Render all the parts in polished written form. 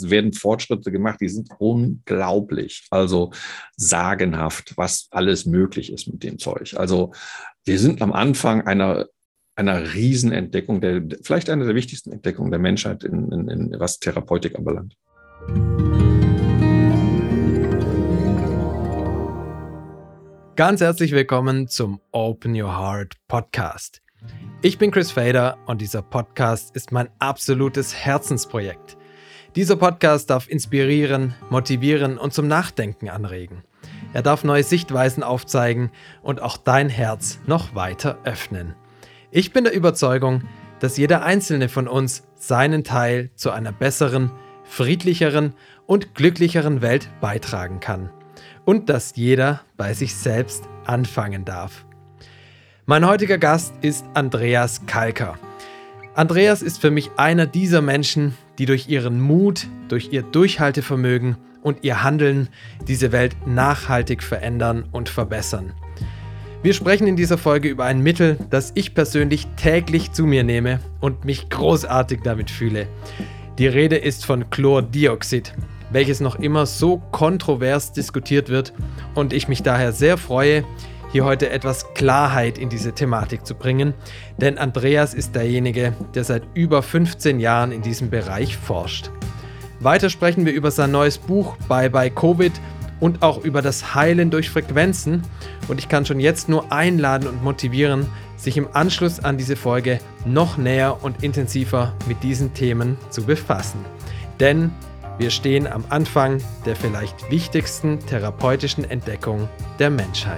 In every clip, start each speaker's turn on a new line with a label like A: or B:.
A: werden Fortschritte gemacht, die sind unglaublich. Also sagenhaft, was alles möglich ist mit dem Zeug. Also wir sind am Anfang einer Riesenentdeckung, vielleicht einer der wichtigsten Entdeckungen der Menschheit, was Therapeutik anbelangt.
B: Ganz herzlich willkommen zum Open Your Heart Podcast. Ich bin Chris Fader und dieser Podcast ist mein absolutes Herzensprojekt. Dieser Podcast darf inspirieren, motivieren und zum Nachdenken anregen. Er darf neue Sichtweisen aufzeigen und auch dein Herz noch weiter öffnen. Ich bin der Überzeugung, dass jeder einzelne von uns seinen Teil zu einer besseren, friedlicheren und glücklicheren Welt beitragen kann. Und dass jeder bei sich selbst anfangen darf. Mein heutiger Gast ist Andreas Kalcker. Andreas ist für mich einer dieser Menschen, die durch ihren Mut, durch ihr Durchhaltevermögen und ihr Handeln diese Welt nachhaltig verändern und verbessern. Wir sprechen in dieser Folge über ein Mittel, das ich persönlich täglich zu mir nehme und mich großartig damit fühle. Die Rede ist von Chlordioxid, welches noch immer so kontrovers diskutiert wird und ich mich daher sehr freue, hier heute etwas Klarheit in diese Thematik zu bringen, denn Andreas ist derjenige, der seit über 15 Jahren in diesem Bereich forscht. Weiter sprechen wir über sein neues Buch Bye Bye Covid und auch über das Heilen durch Frequenzen und ich kann schon jetzt nur einladen und motivieren, sich im Anschluss an diese Folge noch näher und intensiver mit diesen Themen zu befassen. Denn wir stehen am Anfang der vielleicht wichtigsten therapeutischen Entdeckung der Menschheit.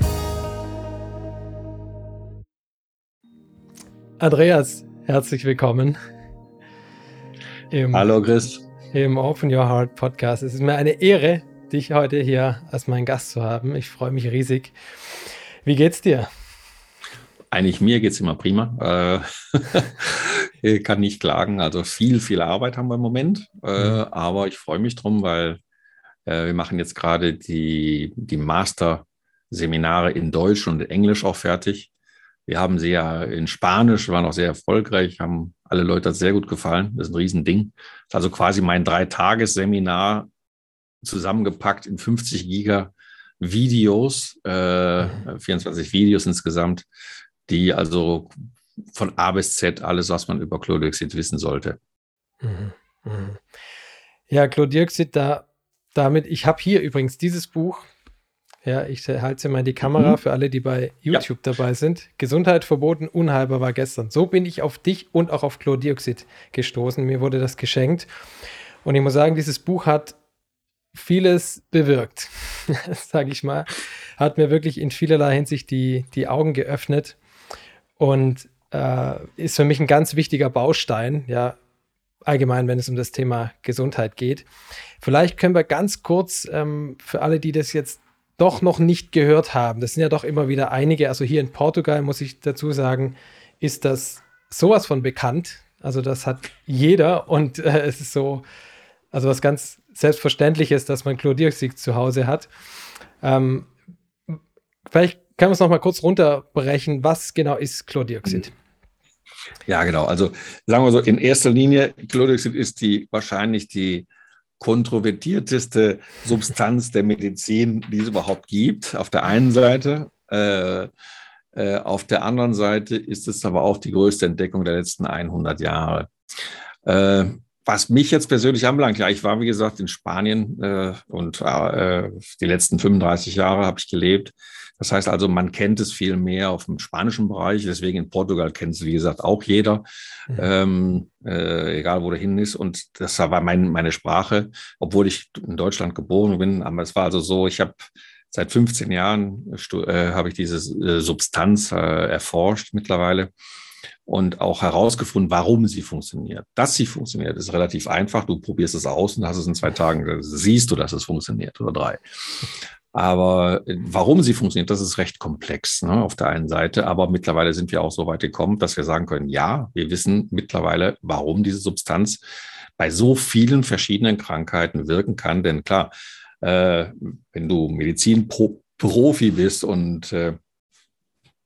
B: Andreas, herzlich willkommen
A: Hallo Chris.
B: Im Open Your Heart Podcast. Es ist mir eine Ehre, dich heute hier als meinen Gast zu haben. Ich freue mich riesig. Wie geht's dir?
A: Eigentlich mir geht's immer prima. Ich kann nicht klagen. Also viel Arbeit haben wir im Moment. Aber ich freue mich drum, weil wir machen jetzt gerade die Master-Seminare in Deutsch und Englisch auch fertig. Wir haben sie ja in Spanisch, waren auch sehr erfolgreich, haben alle Leute sehr gut gefallen. Das ist ein Riesending. Das ist also quasi mein 3-Tages-Seminar zusammengepackt in 50 Giga Videos, 24 Videos insgesamt, die also von A bis Z alles, was man über Chlordioxid wissen sollte.
B: Ja, Chlordioxid, damit, ich habe hier übrigens dieses Buch. Ja, ich halte sie mal in die Kamera für alle, die bei YouTube dabei sind. Gesundheit verboten, unheilbar war gestern. So bin ich auf dich und auch auf Chlordioxid gestoßen. Mir wurde das geschenkt. Und ich muss sagen, dieses Buch hat vieles bewirkt, sage ich mal. Hat mir wirklich in vielerlei Hinsicht die Augen geöffnet und ist für mich ein ganz wichtiger Baustein, ja, allgemein, wenn es um das Thema Gesundheit geht. Vielleicht können wir ganz kurz für alle, die das jetzt doch noch nicht gehört haben. Das sind ja doch immer wieder einige. Also hier in Portugal, muss ich dazu sagen, ist das sowas von bekannt. Also das hat jeder und es ist so, also was ganz Selbstverständliches, dass man Chlordioxid zu Hause hat. Vielleicht können wir es noch mal kurz runterbrechen. Was genau ist Chlordioxid?
A: Ja, genau. Also sagen wir so, in erster Linie, Chlordioxid ist wahrscheinlich die kontrovertierteste Substanz der Medizin, die es überhaupt gibt, auf der einen Seite. Auf der anderen Seite ist es aber auch die größte Entdeckung der letzten 100 Jahre. Was mich jetzt persönlich anbelangt, ja, ich war, wie gesagt, in Spanien und die letzten 35 Jahre habe ich gelebt. Das heißt also, man kennt es viel mehr auf dem spanischen Bereich. Deswegen in Portugal kennt es, wie gesagt, auch jeder, egal wo der hin ist. Und das war meine Sprache, obwohl ich in Deutschland geboren bin. Aber es war also so, ich habe seit 15 Jahren habe ich diese Substanz erforscht mittlerweile und auch herausgefunden, warum sie funktioniert. Dass sie funktioniert, ist relativ einfach. Du probierst es aus und hast es in 2 Tagen, siehst du, dass es funktioniert oder 3. Aber warum sie funktioniert, das ist recht komplex, ne, auf der einen Seite. Aber mittlerweile sind wir auch so weit gekommen, dass wir sagen können, ja, wir wissen mittlerweile, warum diese Substanz bei so vielen verschiedenen Krankheiten wirken kann. Denn klar, wenn du Medizinprofi bist und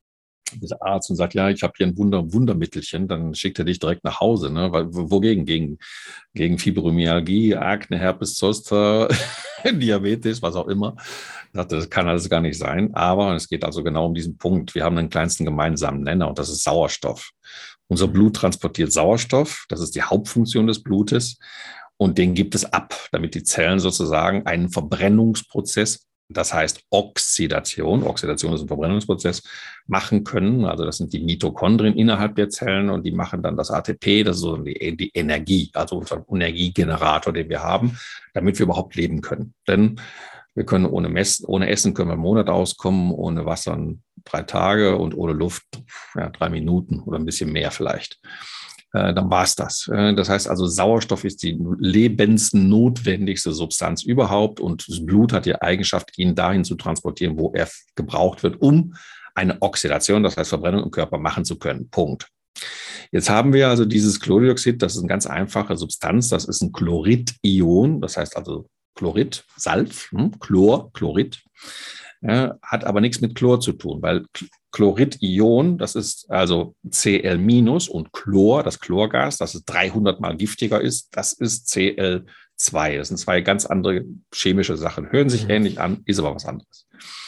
A: dieser Arzt und sagt, ja, ich habe hier ein Wundermittelchen, dann schickt er dich direkt nach Hause. Ne? Wogegen? Gegen Fibromyalgie, Akne, Herpes Zoster, Diabetes, was auch immer. Ich dachte, das kann alles gar nicht sein. Aber es geht also genau um diesen Punkt. Wir haben den kleinsten gemeinsamen Nenner und das ist Sauerstoff. Unser Blut transportiert Sauerstoff. Das ist die Hauptfunktion des Blutes. Und den gibt es ab, damit die Zellen sozusagen einen Verbrennungsprozess, das heißt Oxidation ist ein Verbrennungsprozess, machen können. Also das sind die Mitochondrien innerhalb der Zellen und die machen dann das ATP, das ist so die Energie, also unser Energiegenerator, den wir haben, damit wir überhaupt leben können. Denn wir können ohne Essen können wir einen Monat auskommen, ohne Wasser 3 Tage und ohne Luft 3 Minuten oder ein bisschen mehr vielleicht. Dann war es das. Das heißt also, Sauerstoff ist die lebensnotwendigste Substanz überhaupt und das Blut hat die Eigenschaft, ihn dahin zu transportieren, wo er gebraucht wird, um eine Oxidation, das heißt Verbrennung im Körper machen zu können. Punkt. Jetzt haben wir also dieses Chlordioxid, das ist eine ganz einfache Substanz, das ist ein Chlorid-Ion, das heißt also Chlorid, Salz, Chlorid. Hat aber nichts mit Chlor zu tun, weil Chlorid-Ion, das ist also Cl- und Chlor, das Chlorgas, das ist 300 mal giftiger ist, das ist Cl2. Das sind 2 ganz andere chemische Sachen. Hören sich ähnlich an, ist aber was anderes.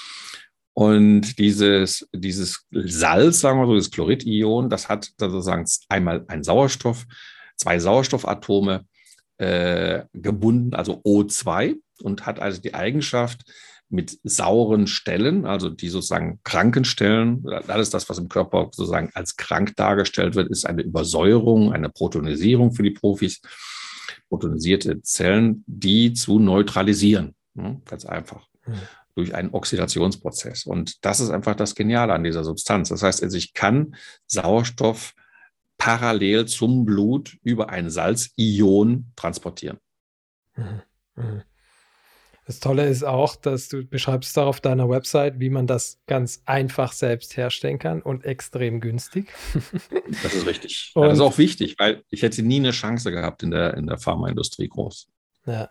A: Und dieses Salz, sagen wir so, das Chlorid-Ion, das hat sozusagen einmal ein Sauerstoff, 2 Sauerstoffatome gebunden, also O2, und hat also die Eigenschaft, mit sauren Stellen, also die sozusagen kranken Stellen, alles das, was im Körper sozusagen als krank dargestellt wird, ist eine Übersäuerung, eine Protonisierung für die Profis, protonisierte Zellen, die zu neutralisieren. Ganz einfach. Durch einen Oxidationsprozess. Und das ist einfach das Geniale an dieser Substanz. Das heißt, also ich kann Sauerstoff parallel zum Blut über ein Salzion transportieren.
B: Das Tolle ist auch, dass du beschreibst da auf deiner Website, wie man das ganz einfach selbst herstellen kann und extrem günstig.
A: Das ist richtig. Ja, das ist auch wichtig, weil ich hätte nie eine Chance gehabt in der Pharmaindustrie groß.
B: Ja.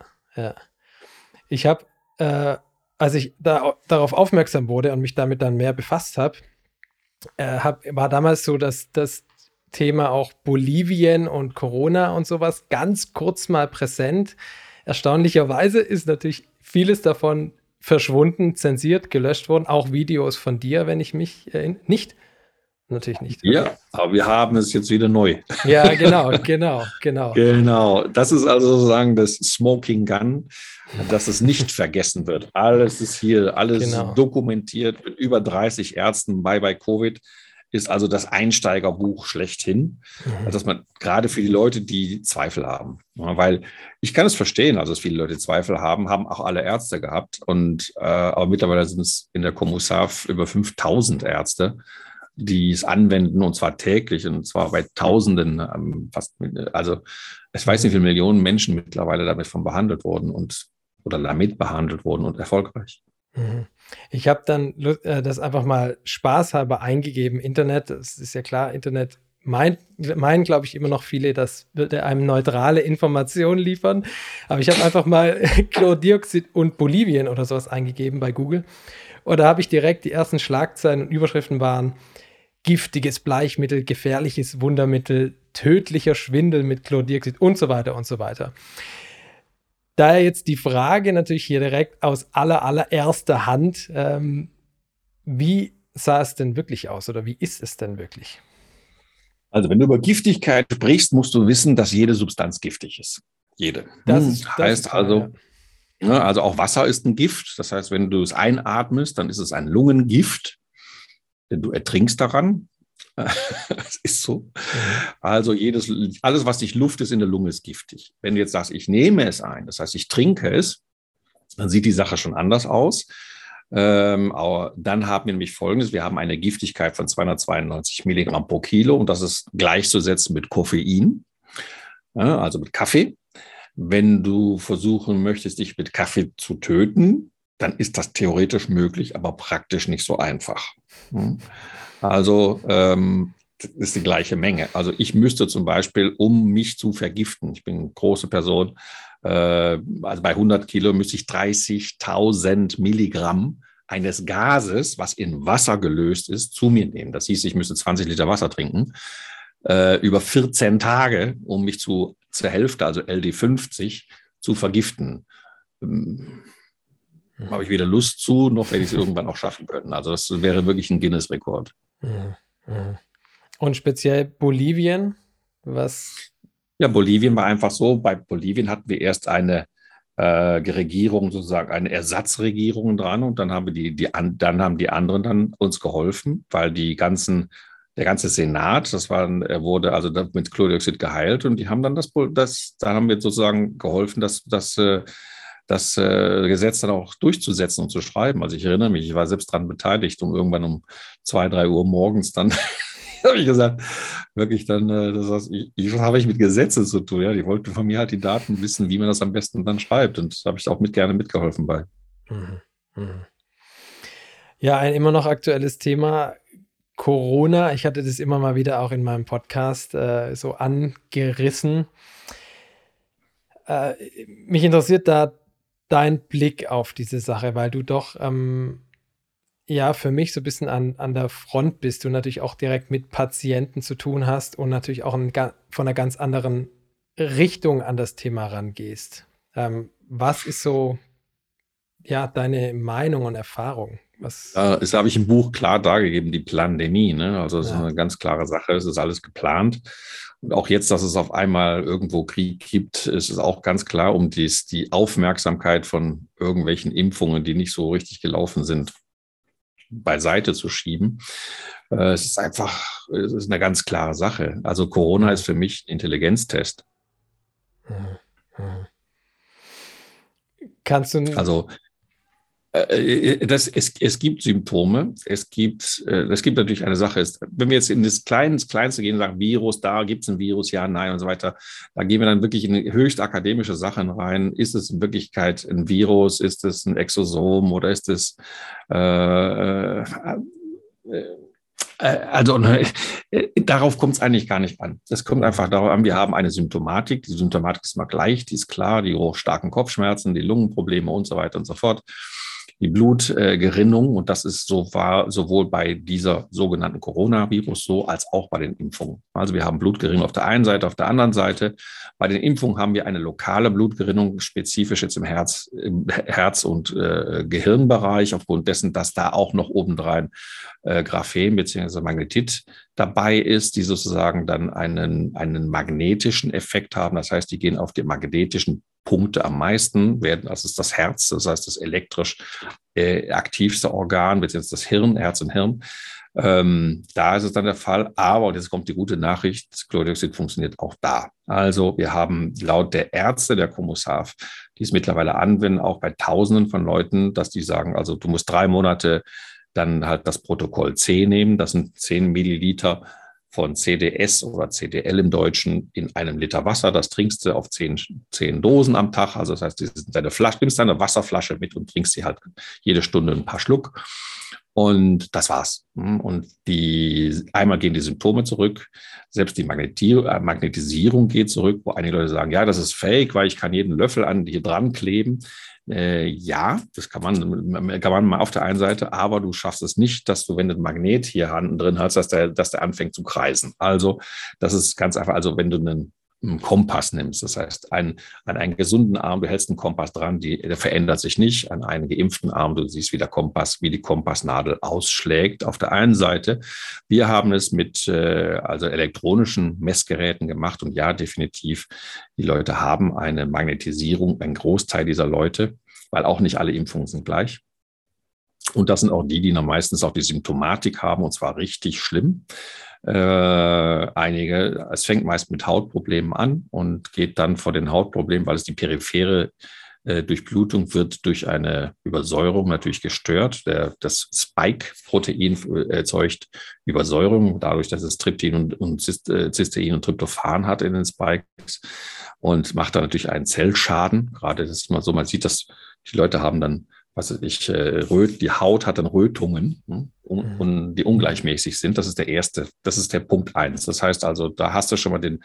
B: Ich habe, als ich darauf aufmerksam wurde und mich damit dann mehr befasst habe, war damals so, dass das Thema auch Bolivien und Corona und sowas ganz kurz mal präsent. Erstaunlicherweise ist natürlich vieles davon verschwunden, zensiert, gelöscht worden. Auch Videos von dir, wenn ich mich nicht. Natürlich nicht.
A: Ja, aber wir haben es jetzt wieder neu.
B: Ja, genau.
A: Genau. Das ist also sozusagen das Smoking Gun, dass es nicht vergessen wird. Alles ist hier, alles dokumentiert mit über 30 Ärzten bei Covid. Ist also das Einsteigerbuch schlechthin, dass man gerade für die Leute, die Zweifel haben, weil ich kann es verstehen, also dass viele Leute Zweifel haben auch alle Ärzte gehabt aber mittlerweile sind es in der Kommissar über 5000 Ärzte, die es anwenden und zwar täglich und zwar bei Tausenden, also ich weiß nicht, wie viele Millionen Menschen mittlerweile damit behandelt wurden und erfolgreich.
B: Ich habe dann das einfach mal spaßhalber eingegeben, Internet, das ist ja klar, Internet meinen, glaube ich, immer noch viele, das würde einem neutrale Informationen liefern, aber ich habe einfach mal Chlordioxid und Bolivien oder sowas eingegeben bei Google und da habe ich direkt die ersten Schlagzeilen und Überschriften waren giftiges Bleichmittel, gefährliches Wundermittel, tödlicher Schwindel mit Chlordioxid und so weiter und so weiter. Daher jetzt die Frage natürlich hier direkt aus allererster Hand, wie sah es denn wirklich aus oder wie ist es denn wirklich?
A: Also wenn du über Giftigkeit sprichst, musst du wissen, dass jede Substanz giftig ist. Jede. Das heißt klar, also, ja. Also auch Wasser ist ein Gift. Das heißt, wenn du es einatmest, dann ist es ein Lungengift, denn du ertrinkst daran. Das ist so. Also alles, was dich Luft ist in der Lunge, ist giftig. Wenn du jetzt sagst, ich nehme es ein, das heißt, ich trinke es, dann sieht die Sache schon anders aus. Aber dann haben wir nämlich Folgendes. Wir haben eine Giftigkeit von 292 Milligramm pro Kilo und das ist gleichzusetzen mit Koffein, also mit Kaffee. Wenn du versuchen möchtest, dich mit Kaffee zu töten, dann ist das theoretisch möglich, aber praktisch nicht so einfach. Also das ist die gleiche Menge. Also ich müsste zum Beispiel, um mich zu vergiften, ich bin eine große Person, also bei 100 Kilo müsste ich 30.000 Milligramm eines Gases, was in Wasser gelöst ist, zu mir nehmen. Das hieß, ich müsste 20 Liter Wasser trinken, über 14 Tage, um mich zur Hälfte, also LD50, zu vergiften. Habe ich weder Lust zu, noch werde ich es irgendwann auch schaffen können. Also das wäre wirklich ein Guinness-Rekord.
B: Und speziell Bolivien, was?
A: Ja, Bolivien war einfach so. Bei Bolivien hatten wir erst eine Regierung, sozusagen eine Ersatzregierung dran, und dann haben dann haben die anderen dann uns geholfen, weil der ganze Senat, wurde also mit Chlordioxid geheilt, und die haben dann da haben wir sozusagen geholfen, das Gesetz dann auch durchzusetzen und zu schreiben. Also ich erinnere mich, ich war selbst daran beteiligt, und irgendwann um 2, 3 Uhr morgens dann habe ich gesagt, wirklich dann, habe ich mit Gesetzen zu tun. Ja, die wollten von mir halt die Daten wissen, wie man das am besten dann schreibt. Und da habe ich auch gerne mitgeholfen bei.
B: Ja, ein immer noch aktuelles Thema, Corona. Ich hatte das immer mal wieder auch in meinem Podcast so angerissen. Mich interessiert da dein Blick auf diese Sache, weil du doch für mich so ein bisschen an der Front bist, du natürlich auch direkt mit Patienten zu tun hast und natürlich auch von einer ganz anderen Richtung an das Thema rangehst. Was ist so, deine Meinung und Erfahrung?
A: Das habe ich im Buch klar dargegeben, die Pandemie. Ne? Also das ist eine ganz klare Sache, es ist alles geplant. Und auch jetzt, dass es auf einmal irgendwo Krieg gibt, ist es auch ganz klar, um die Aufmerksamkeit von irgendwelchen Impfungen, die nicht so richtig gelaufen sind, beiseite zu schieben. Es ist eine ganz klare Sache. Also Corona ist für mich ein Intelligenztest.
B: Kannst du...
A: Also es gibt Symptome. Es gibt natürlich eine Sache, wenn wir jetzt in das Kleinste gehen und sagen, Virus, da gibt es ein Virus, ja, nein und so weiter, da gehen wir dann wirklich in höchst akademische Sachen rein. Ist es in Wirklichkeit ein Virus? Ist es ein Exosom oder ist es darauf kommt es eigentlich gar nicht an. Es kommt einfach darauf an, wir haben eine Symptomatik. Die Symptomatik ist mal gleich, die ist klar, die hochstarken Kopfschmerzen, die Lungenprobleme und so weiter und so fort. Die Blutgerinnung, und das ist sowohl bei dieser sogenannten Coronavirus so, als auch bei den Impfungen. Also wir haben Blutgerinnung auf der einen Seite, auf der anderen Seite. Bei den Impfungen haben wir eine lokale Blutgerinnung, spezifisch jetzt im Herz- und Gehirnbereich, aufgrund dessen, dass da auch noch obendrein Graphen bzw. Magnetit dabei ist, die sozusagen dann einen magnetischen Effekt haben. Das heißt, die gehen auf die magnetischen Punkte am meisten, das ist das Herz, das heißt das elektrisch aktivste Organ, beziehungsweise das Hirn, Herz und Hirn. Da ist es dann der Fall. Aber, und jetzt kommt die gute Nachricht, das Chlordioxid funktioniert auch da. Also wir haben laut der Ärzte, der Komosaf, die es mittlerweile anwenden, auch bei Tausenden von Leuten, dass die sagen, also du musst 3 Monate dann halt das Protokoll C nehmen. Das sind 10 Milliliter von CDS oder CDL im Deutschen in einem Liter Wasser. Das trinkst du auf 10 Dosen am Tag. Also das heißt, nimmst deine Wasserflasche mit und trinkst sie halt jede Stunde ein paar Schluck. Und das war's. Und einmal gehen die Symptome zurück. Selbst die Magnetisierung geht zurück, wo einige Leute sagen, ja, das ist fake, weil ich kann jeden Löffel hier dran kleben. Ja, das kann man mal auf der einen Seite, aber du schaffst es nicht, dass du, wenn du ein Magnet hier hinten drin hast, dass der anfängt zu kreisen. Also das ist ganz einfach, also wenn du einen Kompass nimmst, das heißt an einen gesunden Arm, du hältst einen Kompass dran, der verändert sich nicht, an einen geimpften Arm, du siehst, wie die Kompassnadel ausschlägt. Auf der einen Seite, wir haben es mit also elektronischen Messgeräten gemacht, und ja, definitiv, die Leute haben eine Magnetisierung, ein Großteil dieser Leute, weil auch nicht alle Impfungen sind gleich. Und das sind auch die dann meistens auch die Symptomatik haben, und zwar richtig schlimm. Es fängt meist mit Hautproblemen an und geht dann vor den Hautproblemen, weil es die periphere Durchblutung wird durch eine Übersäuerung natürlich gestört. Das Spike-Protein erzeugt Übersäuerung, dadurch, dass es Tryptin und Cystein und Tryptophan hat in den Spikes, und macht dann natürlich einen Zellschaden. Gerade das ist mal so, man sieht, dass die Leute haben dann, die Haut hat dann Rötungen, und die ungleichmäßig sind. Das ist der Punkt 1. Das heißt also, da hast du schon mal den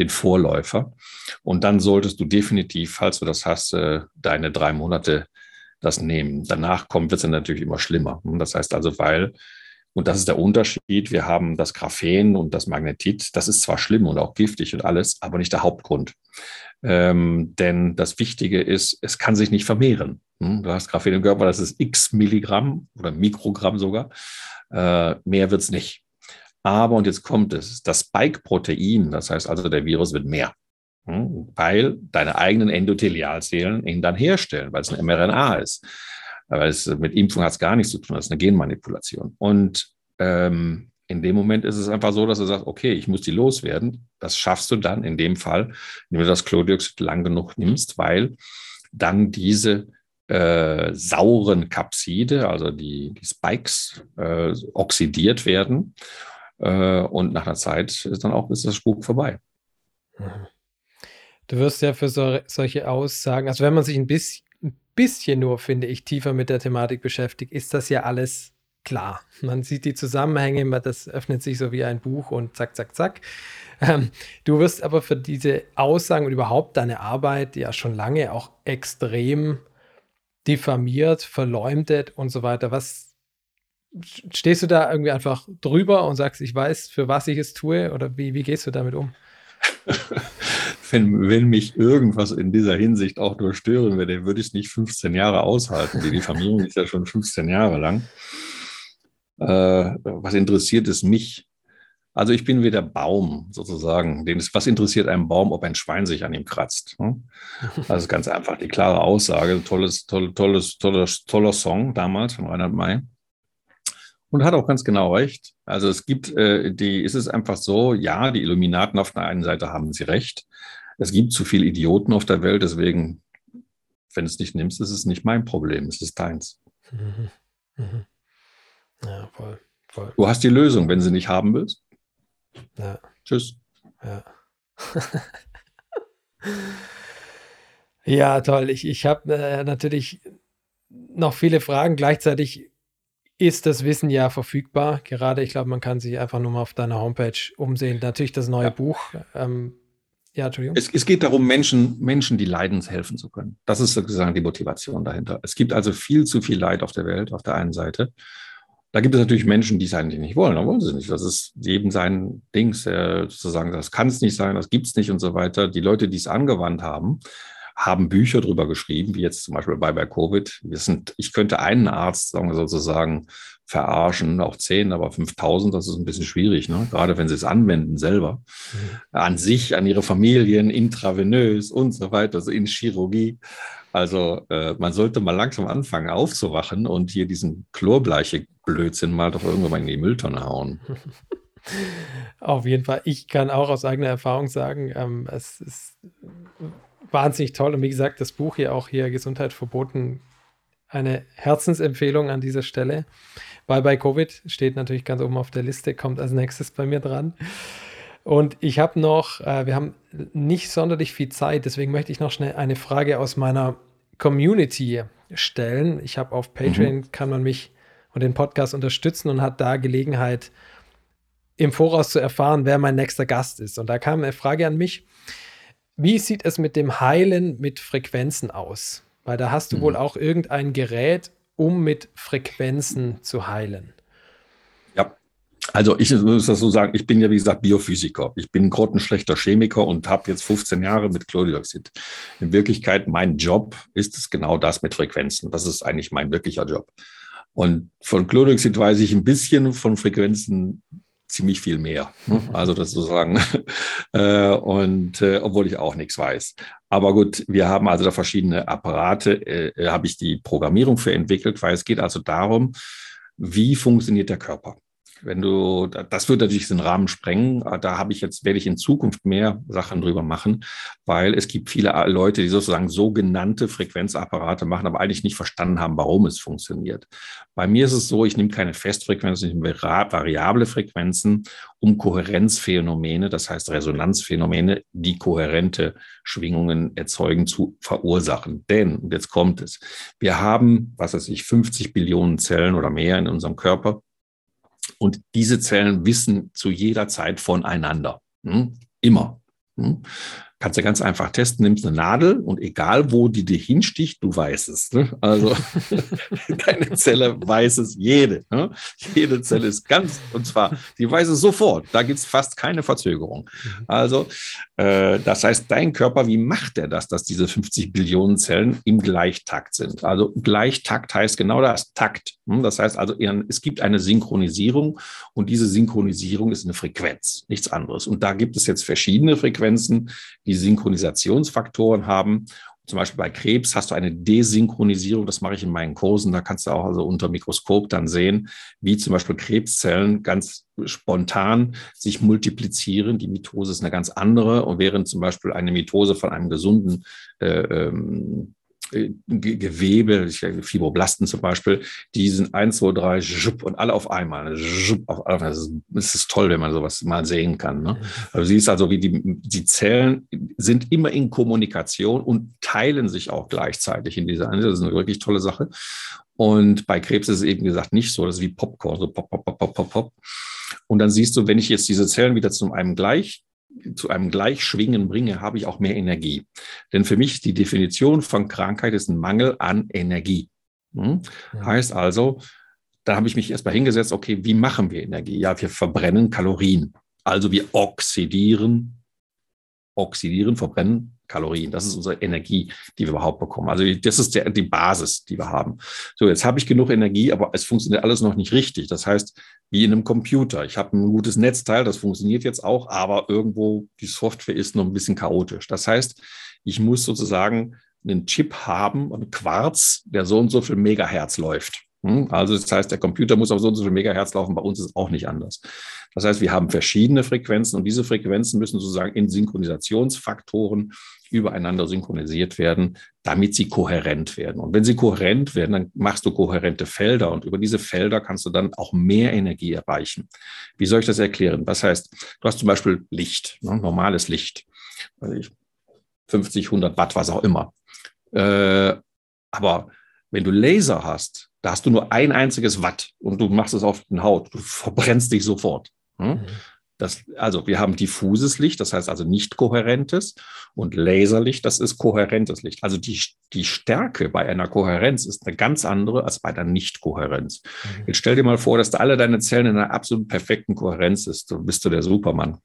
A: Vorläufer. Und dann solltest du definitiv, falls du das hast, deine 3 Monate das nehmen. Danach wird es dann natürlich immer schlimmer. Das heißt also, und das ist der Unterschied, wir haben das Graphen und das Magnetit, das ist zwar schlimm und auch giftig und alles, aber nicht der Hauptgrund. Denn das Wichtige ist, es kann sich nicht vermehren. Du hast Graphen im Körper, das ist x Milligramm oder Mikrogramm sogar. Mehr wird es nicht. Aber, und jetzt kommt es, das Spike-Protein, das heißt also, der Virus wird mehr, weil deine eigenen Endothelialzellen ihn dann herstellen, weil es ein mRNA ist. Weil mit Impfung hat es gar nichts zu tun, das ist eine Genmanipulation. Und in dem Moment ist es einfach so, dass du sagst, okay, ich muss die loswerden. Das schaffst du dann in dem Fall, wenn du das Chlordioxid lang genug nimmst, weil dann diese sauren Kapside, also die Spikes, oxidiert werden. Und nach einer Zeit ist das Spuk vorbei.
B: Du wirst ja für solche Aussagen, also wenn man sich ein bisschen nur, finde ich, tiefer mit der Thematik beschäftigt, ist das ja alles klar. Man sieht die Zusammenhänge, das öffnet sich so wie ein Buch und zack, zack, zack. Du wirst aber für diese Aussagen und überhaupt deine Arbeit ja schon lange auch extrem diffamiert, verleumdet und so weiter. Stehst du da irgendwie einfach drüber und sagst, ich weiß, für was ich es tue, oder wie gehst du damit um?
A: Wenn mich irgendwas in dieser Hinsicht auch nur stören würde, würde ich es nicht 15 Jahre aushalten. Die Diffamierung ist ja schon 15 Jahre lang. Was interessiert es mich? Also ich bin wie der Baum sozusagen. Was interessiert einen Baum, ob ein Schwein sich an ihm kratzt? Also ganz einfach die klare Aussage. Toller Song damals von Reinhard May. Und hat auch ganz genau recht. Also es ist einfach so, ja, die Illuminaten auf der einen Seite haben sie recht. Es gibt zu viele Idioten auf der Welt, deswegen, wenn du es nicht nimmst, ist es nicht mein Problem, es ist deins.
B: Mhm. Mhm. Ja, voll.
A: Du hast die Lösung, wenn sie nicht haben willst.
B: Ja.
A: Tschüss.
B: Ja. Ja, toll. Ich habe natürlich noch viele Fragen. Gleichzeitig ist das Wissen ja verfügbar. Gerade, ich glaube, man kann sich einfach nur mal auf deiner Homepage umsehen. Natürlich das neue Buch. Ja, Entschuldigung.
A: Es geht darum, Menschen, die leiden, helfen zu können. Das ist sozusagen die Motivation dahinter. Es gibt also viel zu viel Leid auf der Welt, auf der einen Seite. Da gibt es natürlich Menschen, die es eigentlich nicht wollen. Da wollen sie nicht. Das ist jedem sein Ding, sozusagen, das kann es nicht sein, das gibt es nicht und so weiter. Die Leute, die es angewandt haben, haben Bücher drüber geschrieben, wie jetzt zum Beispiel bei Covid. Ich könnte einen Arzt sozusagen verarschen, auch 10, aber 5.000, das ist ein bisschen schwierig, ne? Gerade wenn sie es anwenden selber. An sich, an ihre Familien, intravenös und so weiter, also in Chirurgie. Also man sollte mal langsam anfangen aufzuwachen und hier diesen Chlorbleiche-Blödsinn mal doch irgendwann mal in die Mülltonne hauen.
B: Auf jeden Fall. Ich kann auch aus eigener Erfahrung sagen, es ist wahnsinnig toll. Und wie gesagt, das Buch hier Gesundheit verboten, eine Herzensempfehlung an dieser Stelle. Weil bei Covid steht natürlich ganz oben auf der Liste, kommt als nächstes bei mir dran. Und ich habe wir haben nicht sonderlich viel Zeit, deswegen möchte ich noch schnell eine Frage aus meiner Community stellen. Ich habe auf Patreon, kann man mich und den Podcast unterstützen und hat da Gelegenheit, im Voraus zu erfahren, wer mein nächster Gast ist. Und da kam eine Frage an mich. Wie sieht es mit dem Heilen mit Frequenzen aus? Weil da hast du wohl auch irgendein Gerät, um mit Frequenzen zu heilen.
A: Ja, also ich muss das so sagen, ich bin ja wie gesagt Biophysiker. Ich bin ein grottenschlechter Chemiker und habe jetzt 15 Jahre mit Chlordioxid. In Wirklichkeit, mein Job ist es genau das mit Frequenzen. Das ist eigentlich mein wirklicher Job. Und von Chlordioxid weiß ich ein bisschen, von Frequenzen ziemlich viel mehr. Also das sozusagen. Obwohl ich auch nichts weiß. Aber gut, wir haben also da verschiedene Apparate, habe ich die Programmierung für entwickelt, weil es geht also darum, wie funktioniert der Körper. Das wird natürlich den Rahmen sprengen. Werde ich in Zukunft mehr Sachen drüber machen, weil es gibt viele Leute, die sozusagen sogenannte Frequenzapparate machen, aber eigentlich nicht verstanden haben, warum es funktioniert. Bei mir ist es so, ich nehme keine Festfrequenzen, ich nehme variable Frequenzen, um Kohärenzphänomene, das heißt Resonanzphänomene, die kohärente Schwingungen erzeugen, zu verursachen. Denn, und jetzt kommt es, wir haben, 50 Billionen Zellen oder mehr in unserem Körper. Und diese Zellen wissen zu jeder Zeit voneinander. Immer. Kannst du ganz einfach testen, nimmst eine Nadel und egal, wo die dir hinsticht, du weißt es. Ne? Also deine Zelle weiß es, jede. Ne? Jede Zelle ist und zwar, die weiß es sofort. Da gibt es fast keine Verzögerung. Also das heißt, dein Körper, wie macht er das, dass diese 50 Billionen Zellen im Gleichtakt sind? Also Gleichtakt heißt genau das, Takt. Das heißt also, es gibt eine Synchronisierung und diese Synchronisierung ist eine Frequenz, nichts anderes. Und da gibt es jetzt verschiedene Frequenzen, die Synchronisationsfaktoren haben. Zum Beispiel bei Krebs hast du eine Desynchronisierung, das mache ich in meinen Kursen, da kannst du auch also unter Mikroskop dann sehen, wie zum Beispiel Krebszellen ganz spontan sich multiplizieren. Die Mitose ist eine ganz andere und während zum Beispiel eine Mitose von einem gesunden Gewebe, Fibroblasten zum Beispiel, die sind 1, 2, 3 und alle auf einmal. Das ist toll, wenn man sowas mal sehen kann. Ne? Also siehst also, wie die Zellen sind immer in Kommunikation und teilen sich auch gleichzeitig in dieser. Das ist eine wirklich tolle Sache. Und bei Krebs ist es eben gesagt nicht so. Das ist wie Popcorn, so pop, pop, pop, pop, pop, pop. Und dann siehst du, wenn ich jetzt diese Zellen wieder zu einem Gleichschwingen bringe, habe ich auch mehr Energie. Denn für mich die Definition von Krankheit ist ein Mangel an Energie. Heißt also, da habe ich mich erstmal hingesetzt, okay, wie machen wir Energie? Ja, wir verbrennen Kalorien. Also wir oxidieren, verbrennen Kalorien. Das ist unsere Energie, die wir überhaupt bekommen. Also das ist die Basis, die wir haben. So, jetzt habe ich genug Energie, aber es funktioniert alles noch nicht richtig. Das heißt, wie in einem Computer. Ich habe ein gutes Netzteil, das funktioniert jetzt auch, aber irgendwo die Software ist noch ein bisschen chaotisch. Das heißt, ich muss sozusagen einen Chip haben, einen Quarz, der so und so viel Megahertz läuft. Also das heißt, der Computer muss auf so und so viel Megahertz laufen, bei uns ist es auch nicht anders. Das heißt, wir haben verschiedene Frequenzen und diese Frequenzen müssen sozusagen in Synchronisationsfaktoren übereinander synchronisiert werden, damit sie kohärent werden. Und wenn sie kohärent werden, dann machst du kohärente Felder und über diese Felder kannst du dann auch mehr Energie erreichen. Wie soll ich das erklären? Das heißt, du hast zum Beispiel Licht, normales Licht, 50, 100 Watt, was auch immer. Aber wenn du Laser hast, da hast du nur ein einziges Watt und du machst es auf den Haut. Du verbrennst dich sofort. Also wir haben diffuses Licht, das heißt also nicht kohärentes, und Laserlicht, das ist kohärentes Licht. Also die Stärke bei einer Kohärenz ist eine ganz andere als bei einer Nicht-Kohärenz. Jetzt stell dir mal vor, dass alle deine Zellen in einer absolut perfekten Kohärenz ist. Du bist der Supermann.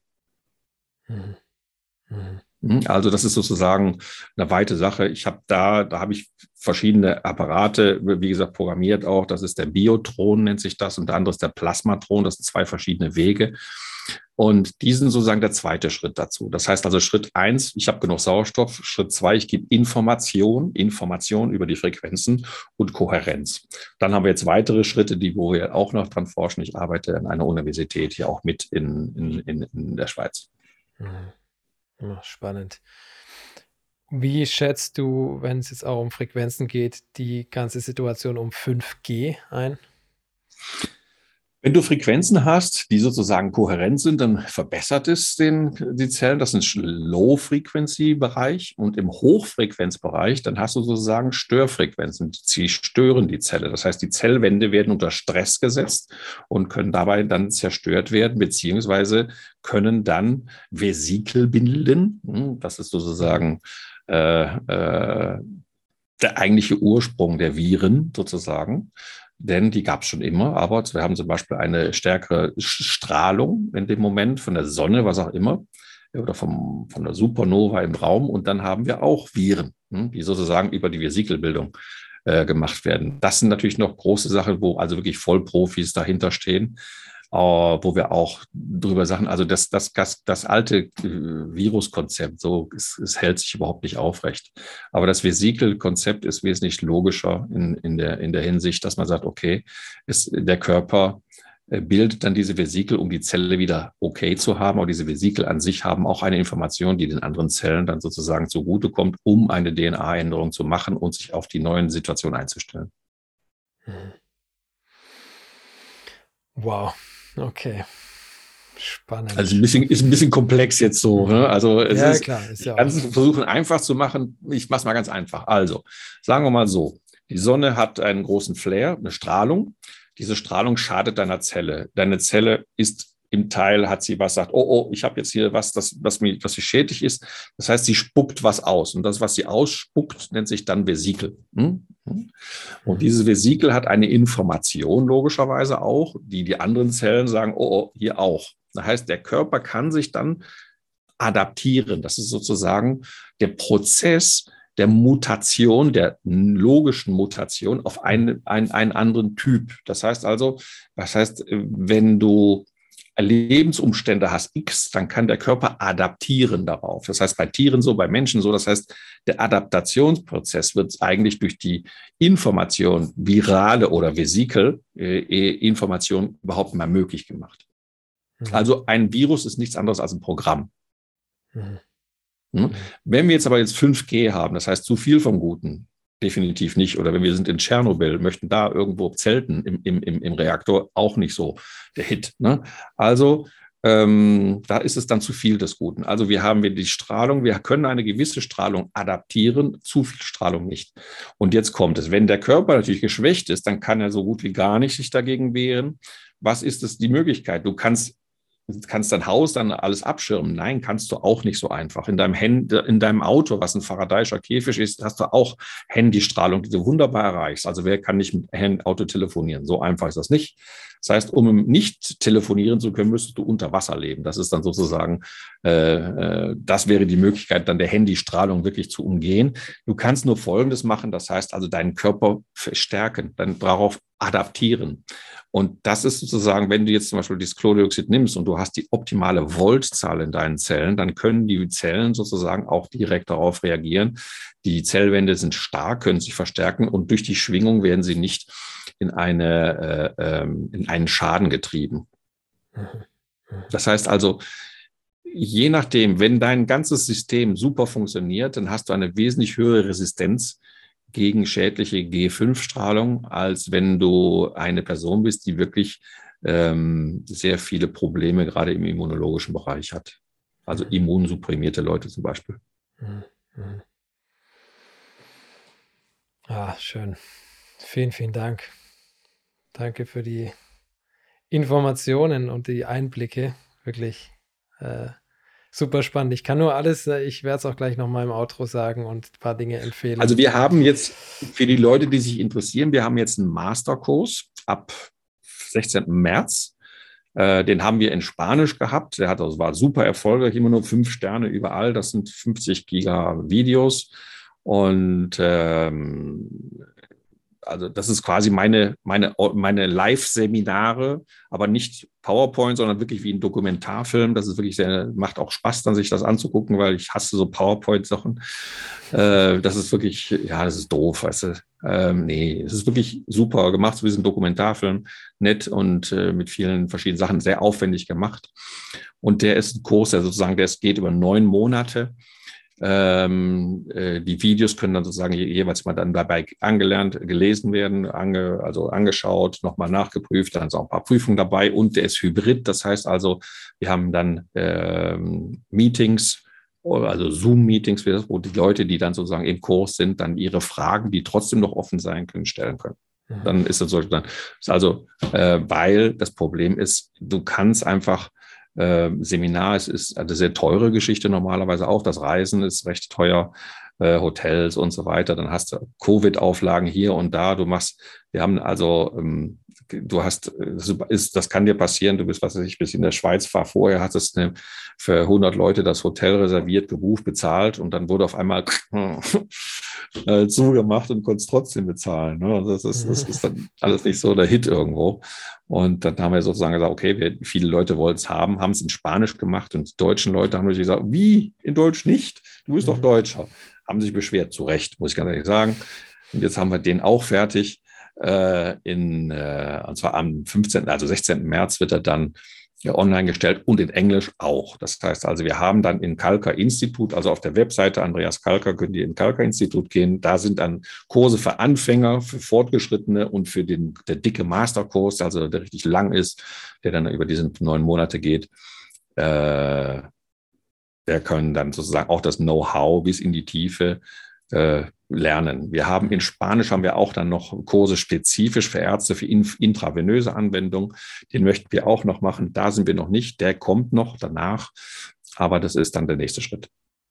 A: Also das ist sozusagen eine weite Sache. Da habe ich verschiedene Apparate, wie gesagt, programmiert auch. Das ist der Biotron, nennt sich das, und der andere ist der Plasmatron. Das sind 2 verschiedene Wege. Und die sind sozusagen der zweite Schritt dazu. Das heißt also Schritt 1, ich habe genug Sauerstoff. Schritt 2, ich gebe Information über die Frequenzen und Kohärenz. Dann haben wir jetzt weitere Schritte, wo wir auch noch dran forschen. Ich arbeite an einer Universität hier auch mit in der Schweiz.
B: Spannend. Wie schätzt du, wenn es jetzt auch um Frequenzen geht, die ganze Situation um 5G ein?
A: Wenn du Frequenzen hast, die sozusagen kohärent sind, dann verbessert es die Zellen. Das ist ein Low-Frequency-Bereich. Und im Hochfrequenzbereich, dann hast du sozusagen Störfrequenzen. Sie stören die Zelle. Das heißt, die Zellwände werden unter Stress gesetzt und können dabei dann zerstört werden, beziehungsweise können dann Vesikel bilden. Das ist sozusagen der eigentliche Ursprung der Viren sozusagen. Denn die gab es schon immer, aber wir haben zum Beispiel eine stärkere Strahlung in dem Moment von der Sonne, was auch immer, oder von der Supernova im Raum. Und dann haben wir auch Viren, die sozusagen über die Vesikelbildung gemacht werden. Das sind natürlich noch große Sachen, wo also wirklich Vollprofis dahinter stehen, wo wir auch drüber sagen, also das alte Viruskonzept, so es hält sich überhaupt nicht aufrecht. Aber das Vesikelkonzept ist wesentlich logischer in der Hinsicht, dass man sagt, okay, der Körper bildet dann diese Vesikel, um die Zelle wieder okay zu haben. Aber diese Vesikel an sich haben auch eine Information, die den anderen Zellen dann sozusagen zugutekommt, um eine DNA-Änderung zu machen und sich auf die neuen Situationen einzustellen.
B: Wow. Okay, spannend.
A: Also ist ein bisschen komplex jetzt so. Ne? Also
B: klar, ist ja
A: ganz versuchen einfach zu machen. Ich mache es mal ganz einfach. Also sagen wir mal so: Die Sonne hat einen großen Flare, eine Strahlung. Diese Strahlung schadet deiner Zelle. Deine Zelle ist im Teil hat sie was, sagt, oh, ich habe jetzt hier was schädlich ist. Das heißt, sie spuckt was aus. Und das, was sie ausspuckt, nennt sich dann Vesikel. Und dieses Vesikel hat eine Information logischerweise auch, die anderen Zellen sagen, oh, hier auch. Das heißt, der Körper kann sich dann adaptieren. Das ist sozusagen der Prozess der Mutation, der logischen Mutation auf einen anderen Typ. Das heißt also, wenn du Lebensumstände hast X, dann kann der Körper adaptieren darauf. Das heißt, bei Tieren so, bei Menschen so. Das heißt, der Adaptationsprozess wird eigentlich durch die Information, virale oder Vesikel-Information überhaupt mal möglich gemacht. Also ein Virus ist nichts anderes als ein Programm. Wenn wir jetzt aber 5G haben, das heißt zu viel vom Guten, definitiv nicht. Oder wenn wir sind in Tschernobyl, möchten da irgendwo zelten im Reaktor, auch nicht so der Hit. Ne? Also da ist es dann zu viel des Guten. Also wir haben die Strahlung, wir können eine gewisse Strahlung adaptieren, zu viel Strahlung nicht. Und jetzt kommt es, wenn der Körper natürlich geschwächt ist, dann kann er so gut wie gar nicht sich dagegen wehren. Was ist es die Möglichkeit? Du kannst dein Haus dann alles abschirmen. Nein, kannst du auch nicht so einfach. In deinem Auto, was ein Faradayischer Käfig ist, hast du auch Handystrahlung, die du wunderbar erreichst. Also wer kann nicht mit Auto telefonieren? So einfach ist das nicht. Das heißt, um nicht telefonieren zu können, müsstest du unter Wasser leben. Das ist dann sozusagen, das wäre die Möglichkeit, dann der Handystrahlung wirklich zu umgehen. Du kannst nur Folgendes machen. Das heißt also, deinen Körper verstärken, dann darauf adaptieren. Und das ist sozusagen, wenn du jetzt zum Beispiel dieses Chlordioxid nimmst und du hast die optimale Voltzahl in deinen Zellen, dann können die Zellen sozusagen auch direkt darauf reagieren. Die Zellwände sind stark, können sich verstärken und durch die Schwingung werden sie nicht in einen Schaden getrieben. Das heißt also, je nachdem, wenn dein ganzes System super funktioniert, dann hast du eine wesentlich höhere Resistenz gegen schädliche G5-Strahlung, als wenn du eine Person bist, die wirklich sehr viele Probleme gerade im immunologischen Bereich hat. Also immunsupprimierte Leute zum Beispiel.
B: Ah, schön. Vielen, vielen Dank. Danke für die Informationen und die Einblicke. Wirklich super spannend. Ich kann nur alles, ich werde es auch gleich nochmal im Outro sagen und ein paar Dinge empfehlen.
A: Also wir haben jetzt, für die Leute, die sich interessieren, wir haben jetzt einen Masterkurs ab 16. März. Den haben wir in Spanisch gehabt. Das war super erfolgreich, immer nur 5 Sterne überall. Das sind 50 Giga Videos. Und also das ist quasi meine Live-Seminare, aber nicht PowerPoint, sondern wirklich wie ein Dokumentarfilm. Das ist wirklich macht auch Spaß, dann sich das anzugucken, weil ich hasse so PowerPoint-Sachen. Das ist wirklich, ja, das ist doof, weißt du. Nee, es ist wirklich super gemacht, so wie ein Dokumentarfilm, nett und mit vielen verschiedenen Sachen, sehr aufwendig gemacht. Und der ist ein Kurs, der sozusagen, der geht über 9 Monate. Die Videos können dann sozusagen jeweils mal dann dabei gelesen werden, also angeschaut, nochmal nachgeprüft, dann sind auch ein paar Prüfungen dabei und der ist hybrid. Das heißt also, wir haben dann Meetings, also Zoom-Meetings, wo die Leute, die dann sozusagen im Kurs sind, dann ihre Fragen, die trotzdem noch offen sein können, stellen können. Dann ist das so, weil das Problem ist, du kannst einfach Seminar, es ist eine sehr teure Geschichte normalerweise auch. Das Reisen ist recht teuer, Hotels und so weiter. Dann hast du Covid-Auflagen hier und da. Wir haben also, das kann dir passieren. Du bist, was weiß ich, bis in der Schweiz fahr. Vorher hattest du für 100 Leute das Hotel reserviert, gebucht, bezahlt und dann wurde auf einmal zugemacht und konntest trotzdem bezahlen. Ne? Das ist dann alles nicht so der Hit irgendwo. Und dann haben wir sozusagen gesagt, okay, viele Leute wollten es haben es in Spanisch gemacht und die deutschen Leute haben natürlich gesagt, wie, in Deutsch nicht? Du bist doch Deutscher. Haben sich beschwert, zu Recht, muss ich ganz ehrlich sagen. Und jetzt haben wir den auch fertig. Und zwar am 16. März wird er dann online gestellt und in Englisch auch. Das heißt also, wir haben dann in Kalker-Institut, also auf der Webseite Andreas Kalker, könnt ihr in Kalker-Institut gehen. Da sind dann Kurse für Anfänger, für Fortgeschrittene und für der dicke Masterkurs, also der richtig lang ist, der dann über diese 9 Monate geht. Der können dann sozusagen auch das Know-how bis in die Tiefe. lernen. Wir haben in Spanisch haben wir auch dann noch Kurse spezifisch für Ärzte für intravenöse Anwendung. Den möchten wir auch noch machen. Da sind wir noch nicht. Der kommt noch danach. Aber das ist dann der nächste Schritt.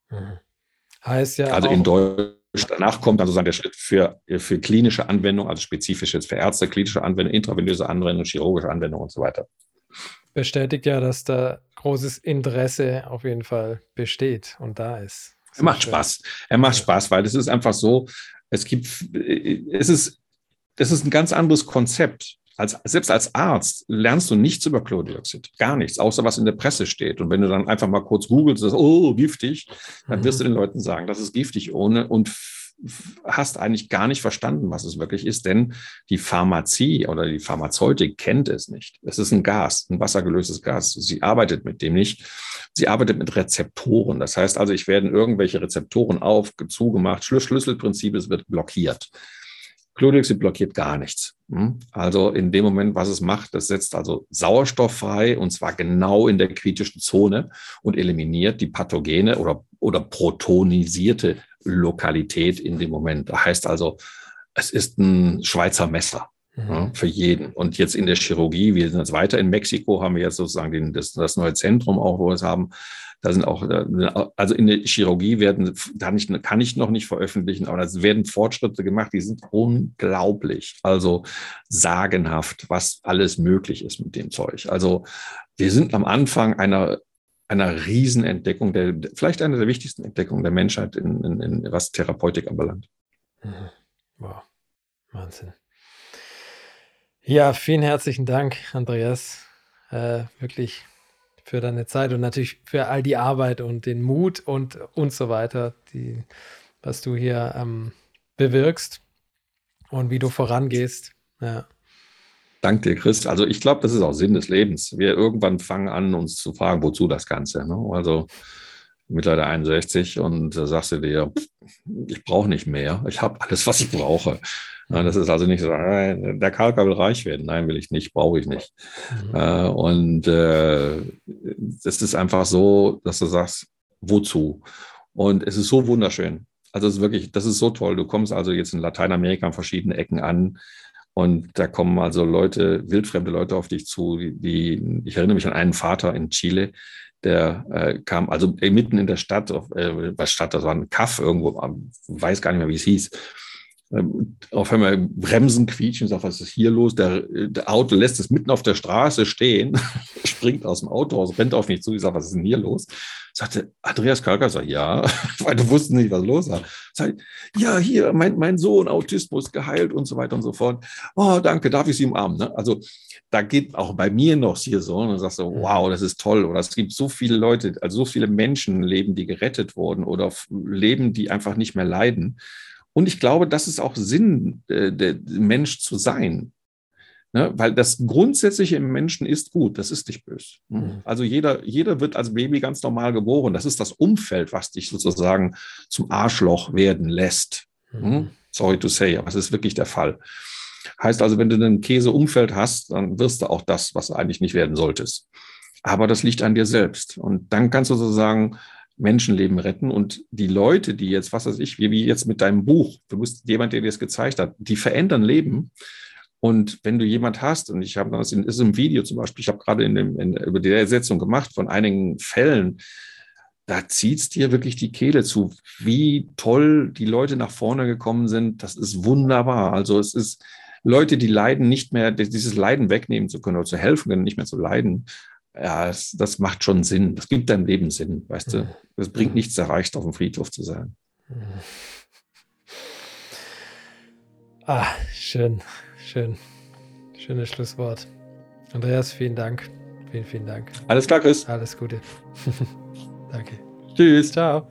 B: Heißt ja
A: also
B: auch,
A: in Deutsch, danach kommt dann sozusagen der Schritt für klinische Anwendung, also spezifisch jetzt für Ärzte, klinische Anwendung, intravenöse Anwendung, chirurgische Anwendung und so weiter.
B: Bestätigt ja, dass da großes Interesse auf jeden Fall besteht und da ist.
A: Er macht Spaß. Er macht Spaß, weil es ist einfach so, das ist ein ganz anderes Konzept. Selbst als Arzt lernst du nichts über Chlordioxid, gar nichts, außer was in der Presse steht. Und wenn du dann einfach mal kurz googelst, sagst, oh, giftig, dann wirst du den Leuten sagen, das ist giftig und hast eigentlich gar nicht verstanden, was es wirklich ist, denn die Pharmazie oder die Pharmazeutik kennt es nicht. Es ist ein Gas, ein wassergelöstes Gas. Sie arbeitet mit dem nicht. Sie arbeitet mit Rezeptoren. Das heißt also, es werden irgendwelche Rezeptoren zugemacht. Schlüsselprinzip, es wird blockiert. Chlordioxid blockiert gar nichts. Also in dem Moment, was es macht, das setzt also Sauerstoff frei und zwar genau in der kritischen Zone und eliminiert die pathogene oder protonisierte Lokalität in dem Moment. Das heißt also, es ist ein Schweizer Messer für jeden. Und jetzt in der Chirurgie, wir sind jetzt weiter in Mexiko, haben wir jetzt sozusagen das neue Zentrum auch, wo wir es haben. Da sind auch, also in der Chirurgie kann ich noch nicht veröffentlichen, aber es werden Fortschritte gemacht, die sind unglaublich. Also sagenhaft, was alles möglich ist mit dem Zeug. Also wir sind am Anfang einer Riesenentdeckung, vielleicht einer der wichtigsten Entdeckungen der Menschheit, was Therapeutik anbelangt.
B: Wow, Wahnsinn. Ja, vielen herzlichen Dank, Andreas. Wirklich für deine Zeit und natürlich für all die Arbeit und den Mut und so weiter, was du hier bewirkst und wie du vorangehst. Ja.
A: Danke dir, Chris. Also ich glaube, das ist auch Sinn des Lebens. Wir irgendwann fangen an, uns zu fragen, wozu das Ganze. Ne? Also mittlerweile 61 und da sagst du dir, ich brauche nicht mehr. Ich habe alles, was ich brauche. Das ist also nicht so, der Karlka will reich werden. Nein, will ich nicht, brauche ich nicht. Und es ist einfach so, dass du sagst, wozu? Und es ist so wunderschön. Also es ist wirklich, das ist so toll. Du kommst also jetzt in Lateinamerika an verschiedenen Ecken an und da kommen also wildfremde Leute auf dich zu. Ich erinnere mich an einen Vater in Chile, der kam also mitten in der Stadt, das war ein Kaff irgendwo, weiß gar nicht mehr, wie es hieß. Auf einmal Bremsen quietschen, sagt, was ist hier los? Der Auto lässt es mitten auf der Straße stehen, springt aus dem Auto raus, rennt auf mich zu, ich sage, was ist denn hier los? Sagte Andreas Karlka, sagt, ja, weil du wusstest nicht, was los war. Sagt, ja, hier, mein Sohn, Autismus geheilt und so weiter und so fort. Oh, danke, darf ich Sie umarmen? Ne? Also da geht auch bei mir noch hier so und dann sagst du, wow, das ist toll. Oder es gibt so viele Leute, also so viele Menschenleben, die gerettet wurden oder Leben, die einfach nicht mehr leiden. Und ich glaube, das ist auch Sinn, der Mensch zu sein. Ne? Weil das Grundsätzliche im Menschen ist gut, das ist nicht böse. Also jeder wird als Baby ganz normal geboren. Das ist das Umfeld, was dich sozusagen zum Arschloch werden lässt. Sorry to say, aber es ist wirklich der Fall. Heißt also, wenn du ein Käseumfeld hast, dann wirst du auch das, was du eigentlich nicht werden solltest. Aber das liegt an dir selbst. Und dann kannst du sozusagen Menschenleben retten und die Leute, die jetzt, was weiß ich, wie jetzt mit deinem Buch, du bist jemand, der dir das gezeigt hat, die verändern Leben. Und wenn du jemand hast, und ich habe das ist im Video zum Beispiel, ich habe gerade über die Ersetzung gemacht von einigen Fällen, da zieht es dir wirklich die Kehle zu, wie toll die Leute nach vorne gekommen sind. Das ist wunderbar. Also es ist Leute, die leiden nicht mehr, dieses Leiden wegnehmen zu können oder zu helfen können, nicht mehr zu leiden. Ja, das macht schon Sinn. Das gibt deinem Leben Sinn, weißt du. Das bringt nichts, erreicht auf dem Friedhof zu sein.
B: Schön. Schönes Schlusswort. Andreas, vielen Dank. Vielen Dank.
A: Alles klar, Chris.
B: Alles Gute. Danke.
A: Tschüss.
B: Ciao.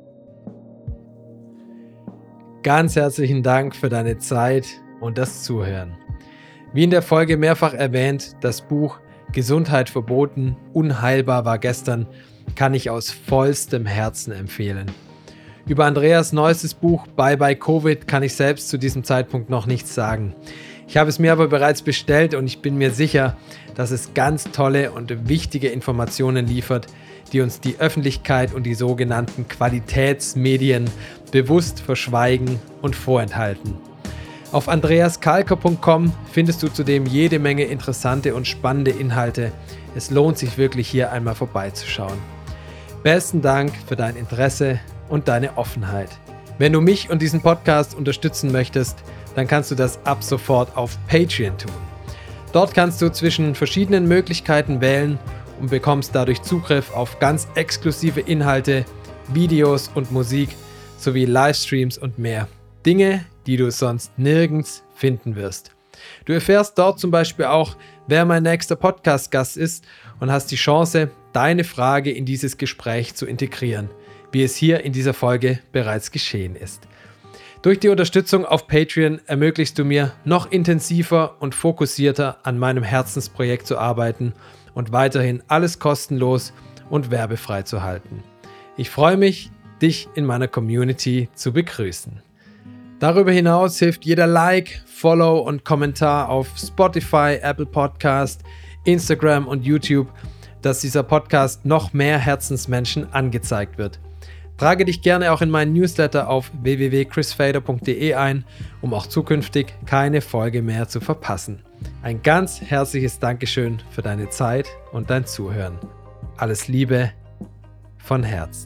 B: Ganz herzlichen Dank für deine Zeit und das Zuhören. Wie in der Folge mehrfach erwähnt, das Buch Gesundheit verboten, unheilbar war gestern, kann ich aus vollstem Herzen empfehlen. Über Andreas' neuestes Buch Bye Bye Covid kann ich selbst zu diesem Zeitpunkt noch nichts sagen. Ich habe es mir aber bereits bestellt und ich bin mir sicher, dass es ganz tolle und wichtige Informationen liefert, die uns die Öffentlichkeit und die sogenannten Qualitätsmedien bewusst verschweigen und vorenthalten. Auf andreaskalker.com findest du zudem jede Menge interessante und spannende Inhalte. Es lohnt sich wirklich, hier einmal vorbeizuschauen. Besten Dank für dein Interesse und deine Offenheit. Wenn du mich und diesen Podcast unterstützen möchtest, dann kannst du das ab sofort auf Patreon tun. Dort kannst du zwischen verschiedenen Möglichkeiten wählen und bekommst dadurch Zugriff auf ganz exklusive Inhalte, Videos und Musik sowie Livestreams und mehr. Dinge, die du sonst nirgends finden wirst. Du erfährst dort zum Beispiel auch, wer mein nächster Podcast-Gast ist und hast die Chance, deine Frage in dieses Gespräch zu integrieren, wie es hier in dieser Folge bereits geschehen ist. Durch die Unterstützung auf Patreon ermöglichst du mir, noch intensiver und fokussierter an meinem Herzensprojekt zu arbeiten und weiterhin alles kostenlos und werbefrei zu halten. Ich freue mich, dich in meiner Community zu begrüßen. Darüber hinaus hilft jeder Like, Follow und Kommentar auf Spotify, Apple Podcast, Instagram und YouTube, dass dieser Podcast noch mehr Herzensmenschen angezeigt wird. Trage dich gerne auch in meinen Newsletter auf www.chrisfader.de ein, um auch zukünftig keine Folge mehr zu verpassen. Ein ganz herzliches Dankeschön für deine Zeit und dein Zuhören. Alles Liebe von Herzen.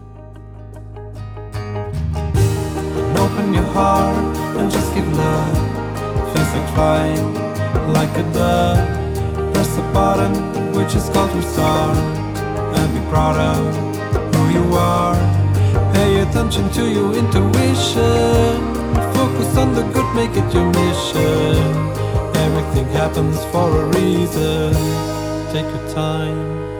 C: Open your heart and just give love. Feels like flying, like a dove. Press the button which is called restart, and be proud of who you are. Pay attention to your intuition. Focus on the good, make it your mission. Everything happens for a reason. Take your time.